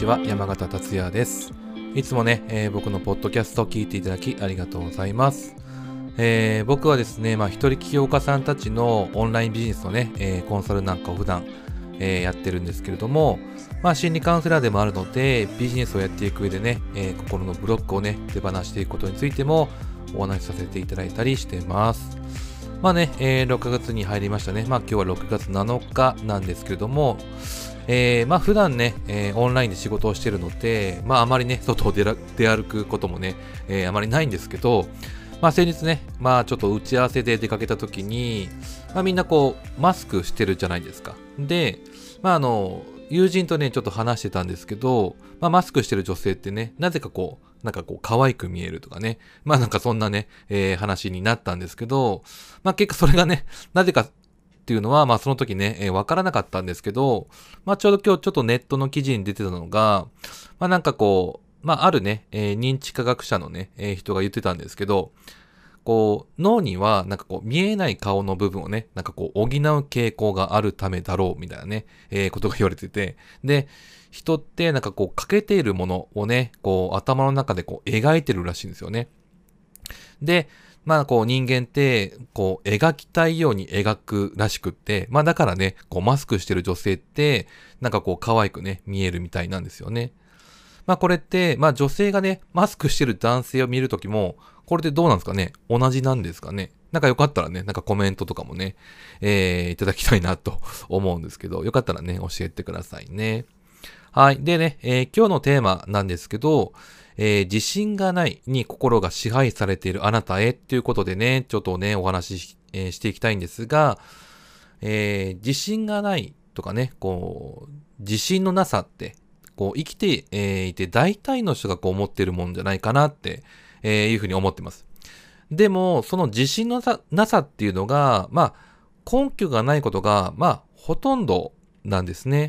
ちは、山形達也です。いつもね、僕のポッドキャストを聞いていただきありがとうございます。僕はですね、一人起業家さんたちのオンラインビジネスのね、コンサルなんかを普段、やってるんですけれども、心理カウンセラーでもあるので、ビジネスをやっていく上でね、心のブロックをね、手放していくことについてもお話しさせていただいたりしてます。6月に入りましたね。今日は6月7日なんですけれども、普段ね、オンラインで仕事をしているので、あまりね、外を出歩くこともね、あまりないんですけど、先日ね、ちょっと打ち合わせで出かけた時に、みんなマスクしてるじゃないですか。で、友人とね、ちょっと話してたんですけど、マスクしてる女性ってね、なぜか可愛く見えるとかね。そんなね、話になったんですけど、結果それがね、なぜかっていうのは、その時ね、わからなかったんですけど、ちょうど今日ちょっとネットの記事に出てたのが、あるね、認知科学者のね、人が言ってたんですけど、脳には見えない顔の部分をね、補う傾向があるためだろうみたいなね、ことが言われてて、で、人って欠けているものをね、頭の中で描いてるらしいんですよね。で、人間って描きたいように描くらしくって、だからね、マスクしてる女性って可愛くね見えるみたいなんですよね。これって、女性がね、マスクしてる男性を見るときも、これってどうなんですかね？同じなんですかね？よかったらね、コメントとかもね、いただきたいなと思うんですけど、よかったらね、教えてくださいね。はい。でね、今日のテーマなんですけど、自信がないに心が支配されているあなたへっていうことでね、ちょっとね、お話し、していきたいんですが、自信がないとかね、自信のなさって、生きて、いて大体の人が思っているもんじゃないかなって、いうふうに思ってます。でも、その自信のなさっていうのが、根拠がないことが、ほとんどなんですね。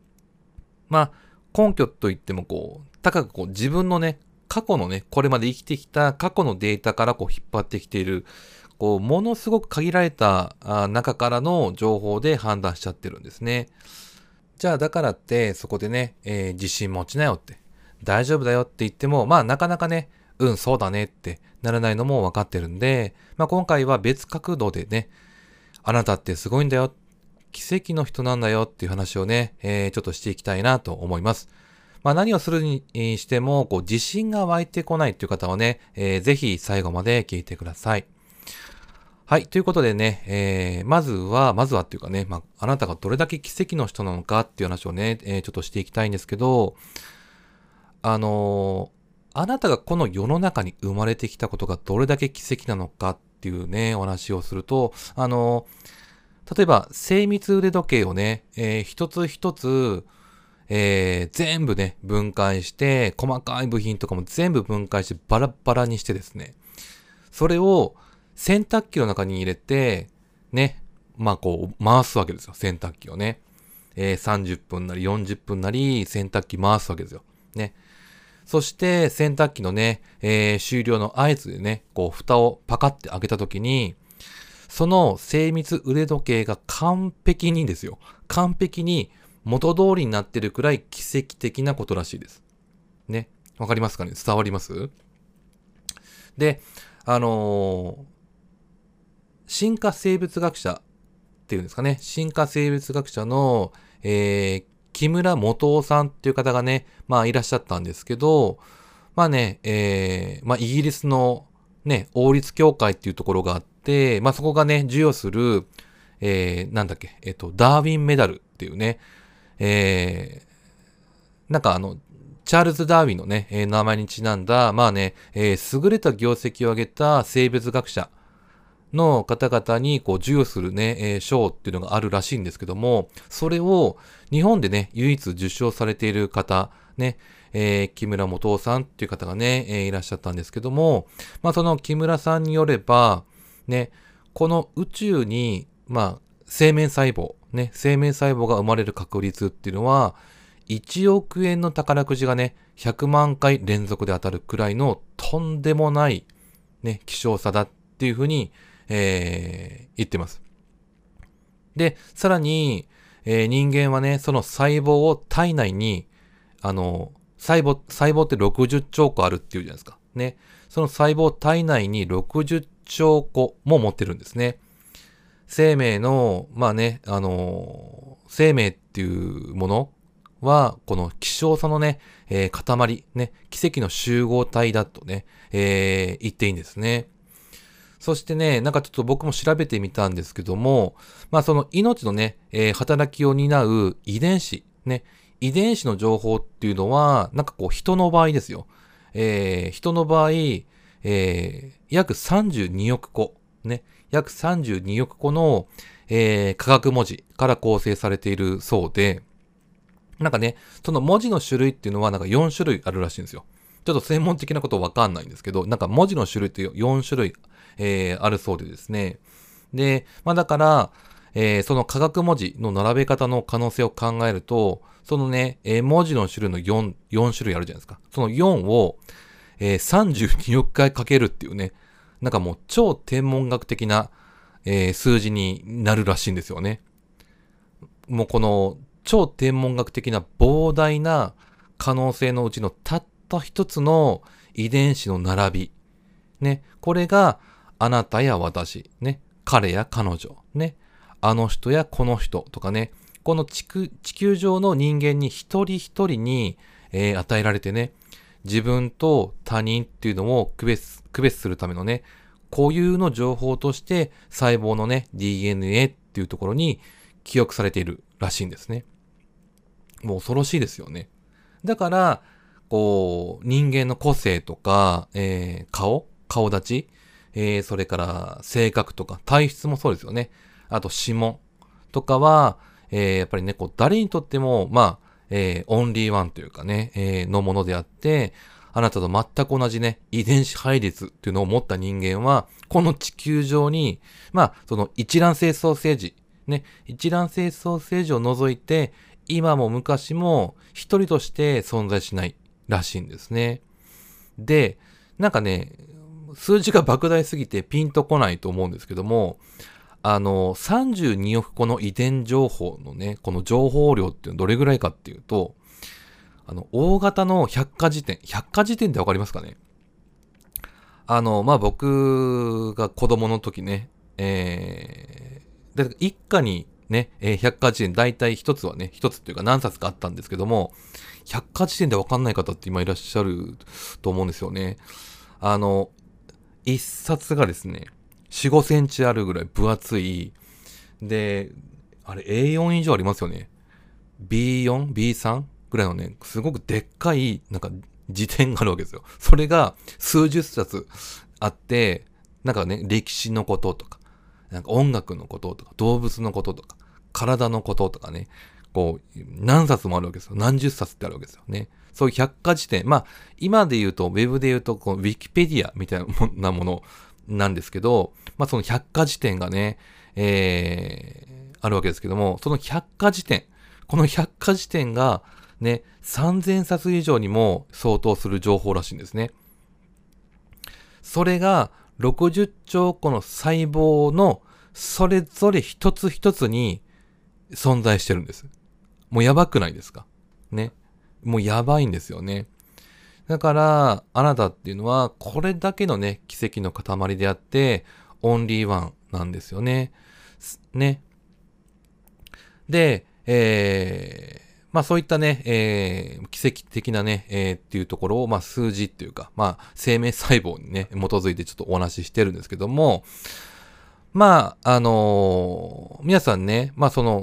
根拠といっても高く自分のね、過去のね、これまで生きてきた過去のデータから引っ張ってきている、ものすごく限られた中からの情報で判断しちゃってるんですね。じゃあだからってそこでね、自信持ちなよって、大丈夫だよって言っても、なかなかね、そうだねってならないのも分かってるんで、今回は別角度でね、あなたってすごいんだよ、奇跡の人なんだよっていう話をね、ちょっとしていきたいなと思います。何をするにしても、自信が湧いてこないっていう方はね、ぜひ最後まで聞いてください。はい。ということでね、まずはっていうかね、あなたがどれだけ奇跡の人なのかっていう話をね、ちょっとしていきたいんですけど、あなたがこの世の中に生まれてきたことがどれだけ奇跡なのかっていうね、お話をすると、例えば精密腕時計をね、一つ一つ、全部ね、分解して、細かい部品とかも全部分解してバラバラにしてですね、それを洗濯機の中に入れて、ね、回すわけですよ、洗濯機をね。30分なり40分なり洗濯機回すわけですよ。ね。そして洗濯機のね、終了の合図でね、蓋をパカって開けたときに、その精密腕時計が完璧にですよ。完璧に元通りになってるくらい奇跡的なことらしいです。ね。わかりますかね？伝わります？で、進化生物学者っていうんですかね。進化生物学者の、木村元夫さんっていう方がね、いらっしゃったんですけど、イギリスのね、王立協会っていうところがあって、そこがね、授与する、ダーウィンメダルっていうね、チャールズ・ダーウィンのね、名前にちなんだ、優れた業績を上げた生物学者の方々に授与するね、賞っていうのがあるらしいんですけども、それを日本でね、唯一受賞されている方、ね、木村元夫さんっていう方がね、いらっしゃったんですけども、その木村さんによれば、ね、この宇宙に、生命細胞が生まれる確率っていうのは、1億円の宝くじがね、100万回連続で当たるくらいのとんでもないね、希少さだっていうふうに、言ってます。で、さらに、人間はね、その細胞を体内に細胞って60兆個あるっていうじゃないですか。ね。その細胞体内に60兆個も持ってるんですね。生命の、生命っていうものは、この希少さのね、塊、ね、奇跡の集合体だとね、言っていいんですね。そしてね、なんかちょっと僕も調べてみたんですけども、その命のね、働きを担う遺伝子、ね、遺伝子の情報っていうのは、なんかこう人の場合ですよ。人の場合、約32億個、ね、約32億個の、化学文字から構成されているそうで、なんかね、その文字の種類っていうのはなんか4種類あるらしいんですよ。ちょっと専門的なことわかんないんですけど、なんか文字の種類って4種類、あるそうでですね。で、だから、その化学文字の並べ方の可能性を考えると、そのね、文字の種類の4種類あるじゃないですか。その4を、32億回かけるっていうね、なんかもう超天文学的な、数字になるらしいんですよね。もうこの超天文学的な膨大な可能性のうちのたった一つの遺伝子の並び。ね。これがあなたや私。ね。彼や彼女。ね。あの人やこの人とかね。この地球上の人間に一人一人に、与えられてね。自分と他人っていうのを区別するためのね。固有の情報として細胞のね、DNA っていうところに記憶されているらしいんですね。もう恐ろしいですよね。だから、こう、人間の個性とか、顔立ち、それから性格とか、体質もそうですよね。あと指紋とかは、やっぱりね、こう、誰にとっても、オンリーワンというかね、のものであって、あなたと全く同じね、遺伝子配列っていうのを持った人間は、この地球上に、その一卵性双生児、ね、一卵性双生児を除いて、今も昔も一人として存在しないらしいんですね。で、なんかね、数字が莫大すぎてピンとこないと思うんですけども、32億個の遺伝情報のね、この情報量っていうのはどれぐらいかっていうと、大型の百科事典ってわかりますかね？僕が子供の時ね、一家にね、百科事典大体一つっていうか何冊かあったんですけども、百科事典でわかんない方って今いらっしゃると思うんですよね。一冊がですね、4、5センチあるぐらい分厚い、で、あれ A4 以上ありますよね。B4、B3 ぐらいのね、すごくでっかい、なんか辞典があるわけですよ。それが数十冊あって、なんかね、歴史のこととか、なんか音楽のこととか、動物のこととか、体のこととかね、こう、何冊もあるわけですよ。何十冊ってあるわけですよね。そういう百科事典。今で言うと、ウェブで言うと、このウィキペディアみたいなものなんですけど、その百科事典がね、あるわけですけども、その百科事典、この百科事典がね、3000冊以上にも相当する情報らしいんですね。それが60兆個の細胞のそれぞれ一つ一つに存在してるんです。もうやばくないですかね。もうやばいんですよね。だから、あなたっていうのは、これだけのね、奇跡の塊であって、オンリーワンなんですよね。ね。で、そういったね、奇跡的なね、っていうところを、数字っていうか、生命細胞にね、基づいてちょっとお話ししてるんですけども、皆さんね、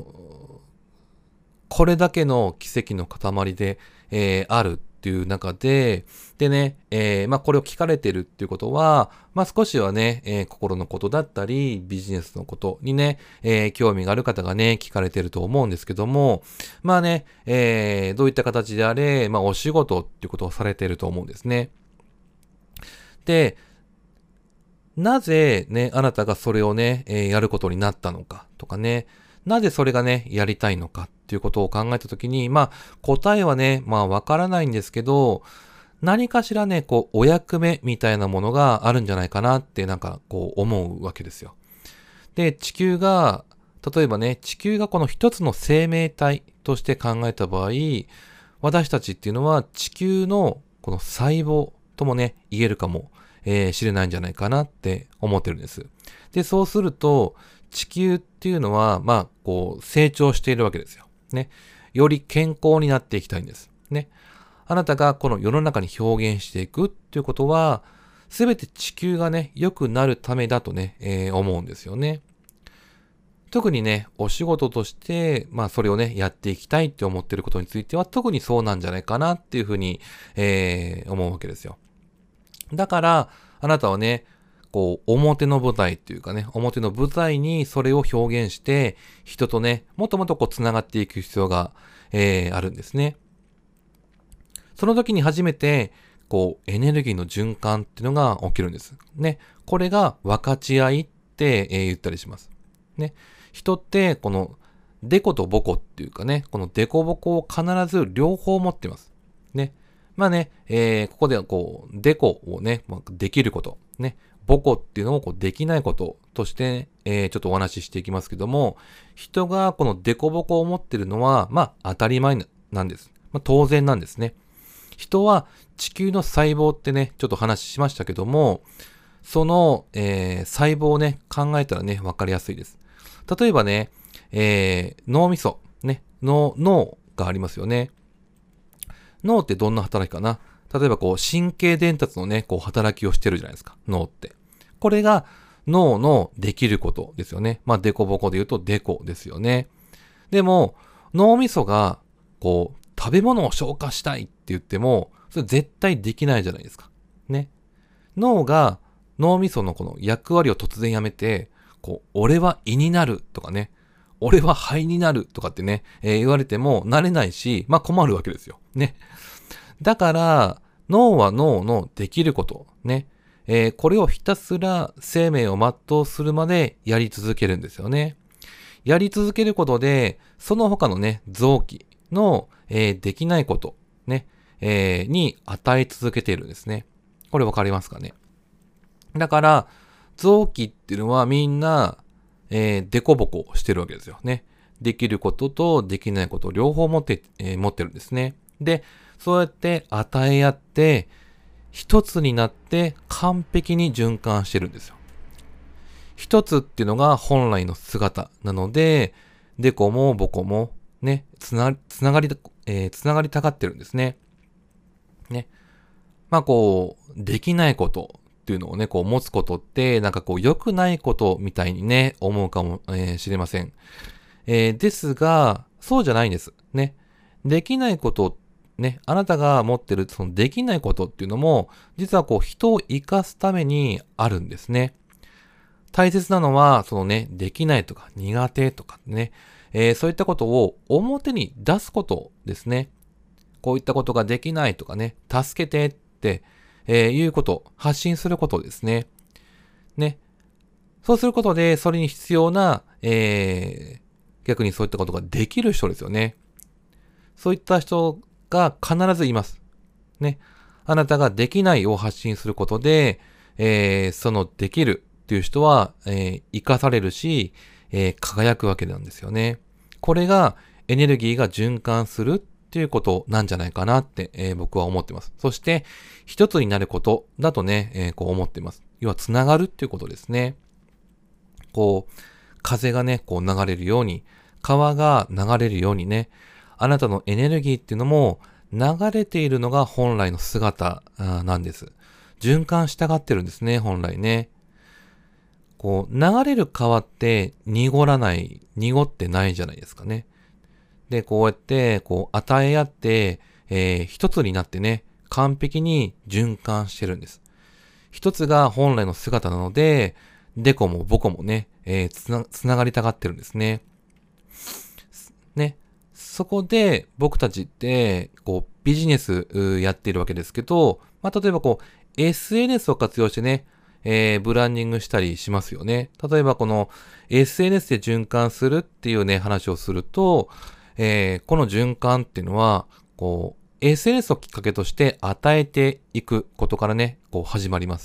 これだけの奇跡の塊で、あるっていう中で、でね、これを聞かれてるっていうことは、少しはね、心のことだったり、ビジネスのことにね、興味がある方がね、聞かれてると思うんですけども、どういった形であれ、お仕事っていうことをされてると思うんですね。で、なぜね、あなたがそれをね、やることになったのかとかね、なぜそれがね、やりたいのかっていうことを考えたときに、答えはね、わからないんですけど、何かしらね、こう、お役目みたいなものがあるんじゃないかなって、思うわけですよ。で、例えばね、地球がこの一つの生命体として考えた場合、 私たちっていうのは地球のこの細胞ともね、言えるかも、しれないんじゃないかなって思ってるんです。で、そうすると、地球っていうのは、こう、成長しているわけですよ。ね。より健康になっていきたいんです。ね。あなたがこの世の中に表現していくっていうことは、すべて地球がね、良くなるためだとね、思うんですよね。特にね、お仕事として、それをね、やっていきたいって思ってることについては、特にそうなんじゃないかなっていうふうに、思うわけですよ。だから、あなたはね、こう、表の舞台っていうかね、表の舞台にそれを表現して、人とね、もっともっとこう、繋がっていく必要が、あるんですね。その時に初めて、こう、エネルギーの循環っていうのが起きるんです。ね。これが分かち合いって、言ったりします。ね。人って、この、デコとボコっていうかね、このデコボコを必ず両方持っています。ね。ここではこう、デコをね、できること、ね。ボコっていうのをこうできないこととして、ちょっとお話ししていきますけども、人がこのデコボコを持っているのは、当たり前なんです。当然なんですね。人は地球の細胞ってね、ちょっと話しましたけども、その、細胞をね、考えたらね、わかりやすいです。例えばね、脳みそ、ね、脳がありますよね。脳ってどんな働きかな？例えばこう、神経伝達のね、こう、働きをしてるじゃないですか、脳って。これが脳のできることですよね。デコボコで言うとデコですよね。でも、脳みそが、こう、食べ物を消化したいって言っても、それ絶対できないじゃないですか。ね。脳が、脳みそのこの役割を突然やめて、こう、俺は胃になるとかね、俺は肺になるとかってね、言われてもなれないし、困るわけですよ。ね。だから、脳は脳のできること、ね。これをひたすら生命を全うするまでやり続けるんですよね。やり続けることで、その他のね、臓器の、できないこと、ね、に与え続けているんですね。これわかりますかね？だから、臓器っていうのはみんな、デコボコしてるわけですよね。できることとできないことを両方持ってるんですね。で、そうやって与え合って、一つになって完璧に循環してるんですよ。一つっていうのが本来の姿なので、デコもボコもね、つながりたがってるんですね。ね。こう、できないことっていうのをね、こう持つことって、なんかこう良くないことみたいにね、思うかもしれません。ですが、そうじゃないんです。ね。できないことね、あなたが持ってるそのできないことっていうのも、実はこう人を生かすためにあるんですね。大切なのは、そのね、できないとか苦手とかね、そういったことを表に出すことですね。こういったことができないとかね、助けてって、いうこと、発信することですね。ね。そうすることで、それに必要な、逆にそういったことができる人ですよね。そういった人が必ずいます。ね。あなたができないを発信することで、そのできるっていう人は、生かされるし、輝くわけなんですよね。これがエネルギーが循環するっていうことなんじゃないかなって、僕は思ってます。そして、一つになることだとね、こう思ってます。要は、つながるっていうことですね。こう、風がね、こう流れるように、川が流れるようにね、あなたのエネルギーっていうのも流れているのが本来の姿なんです。循環したがってるんですね、本来ね。こう、流れる川って濁ってないじゃないですかね。で、こうやって、こう、与え合って、一つになってね、完璧に循環してるんです。一つが本来の姿なので、デコもボコもね、つながりたがってるんですね。ね。そこで僕たちって、こう、ビジネスやっているわけですけど、例えばこう、SNS を活用してね、ブランディングしたりしますよね。例えばこの SNS で循環するっていうね、話をすると、この循環っていうのは、こう、SNS をきっかけとして与えていくことからね、こう始まります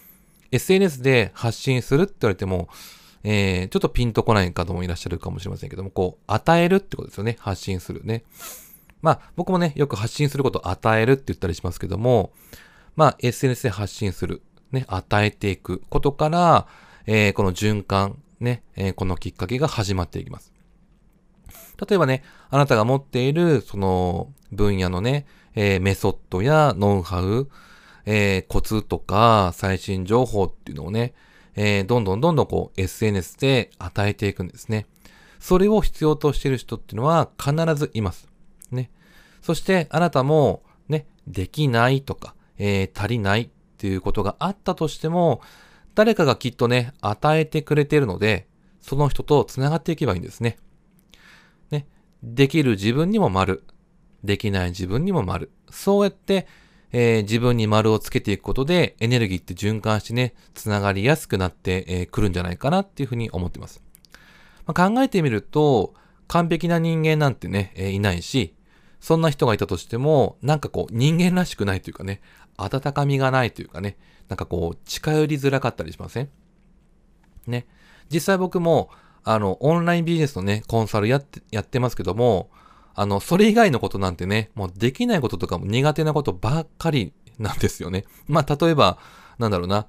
。SNS で発信するって言われても、ちょっとピンとこない方もいらっしゃるかもしれませんけども、こう、与えるってことですよね。発信するね。 僕もね、よく発信することを与えるって言ったりしますけども、SNS で発信する、ね、与えていくことから、この循環、ね、このきっかけが始まっていきます。例えばね、あなたが持っている、その分野のね、メソッドやノウハウ、コツとか最新情報っていうのをね、どんどんこう SNS で与えていくんですね。それを必要としている人っていうのは必ずいます。ね。そしてあなたもね、できないとか、足りないっていうことがあったとしても、誰かがきっとね、与えてくれているので、その人と繋がっていけばいいんですね。ね。できる自分にも丸。できない自分にも丸。そうやって、自分に丸をつけていくことでエネルギーって循環してね、繋がりやすくなってくるんじゃないかなっていうふうに思っています。考えてみると、完璧な人間なんてね、いないし、そんな人がいたとしても、なんかこう人間らしくないというかね、温かみがないというかね、なんかこう近寄りづらかったりしません？ね。実際僕も、オンラインビジネスのね、コンサルやってますけども、それ以外のことなんてね、もうできないこととかも苦手なことばっかりなんですよね。例えば、なんだろうな、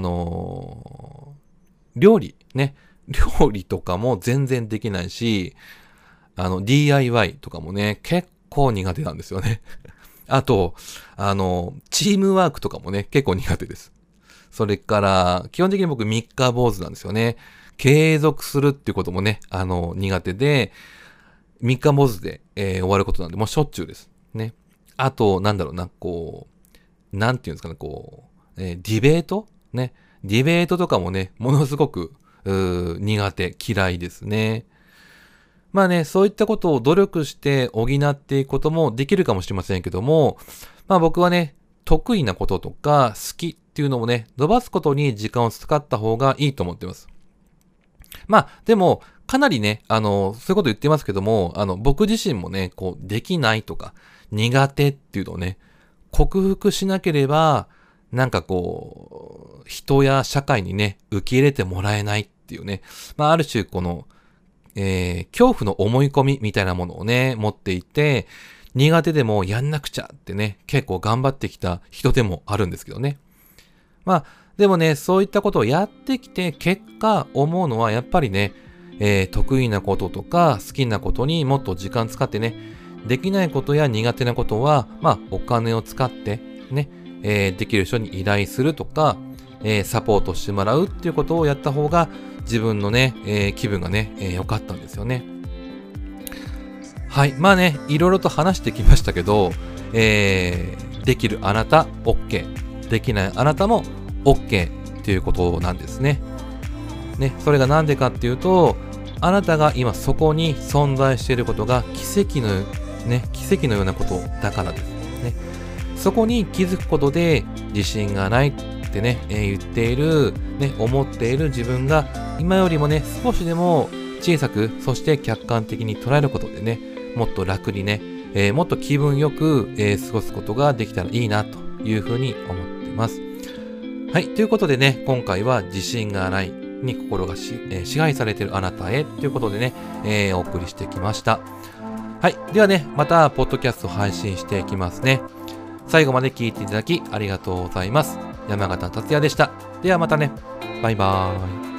料理ね。料理とかも全然できないし、DIY とかもね、結構苦手なんですよね。あと、チームワークとかもね、結構苦手です。それから、基本的に僕三日坊主なんですよね。継続するっていうこともね、苦手で、三日坊主で、終わることなんで、もうしょっちゅうです。ね。あと、なんだろうな、こう、なんていうんですかね、こう、ディベートね。ディベートとかもね、ものすごく、苦手、嫌いですね。そういったことを努力して補っていくこともできるかもしれませんけども、僕はね、得意なこととか好きっていうのもね、伸ばすことに時間を使った方がいいと思っています。でも、かなりね、そういうこと言ってますけども、僕自身もね、こう、できないとか、苦手っていうのをね、克服しなければ、なんかこう、人や社会にね、受け入れてもらえないっていうね、ある種この、恐怖の思い込みみたいなものをね、持っていて、苦手でもやんなくちゃってね、結構頑張ってきた人でもあるんですけどね。でもね、そういったことをやってきて、結果思うのはやっぱりね、得意なこととか好きなことにもっと時間使ってね、できないことや苦手なことは、お金を使ってね、できる人に依頼するとか、サポートしてもらうっていうことをやった方が自分のね、気分がね、良かったんですよね。はい。いろいろと話してきましたけど、できるあなた OK。できないあなたも OK っていうことなんですね。ね、それがなんでかっていうと、あなたが今そこに存在していることが奇跡のようなことだからですね。そこに気づくことで自信がないってね、言っている、ね、思っている自分が今よりもね、少しでも小さく、そして客観的に捉えることでね、もっと楽にね、もっと気分よく、過ごすことができたらいいなというふうに思っています。はい、ということでね、今回は自信がないに心が支配されているあなたへということでね、お送りしてきました。はい、ではね、またポッドキャスト配信していきますね。最後まで聞いていただきありがとうございます。山形達也でした。ではまたね。バイバーイ。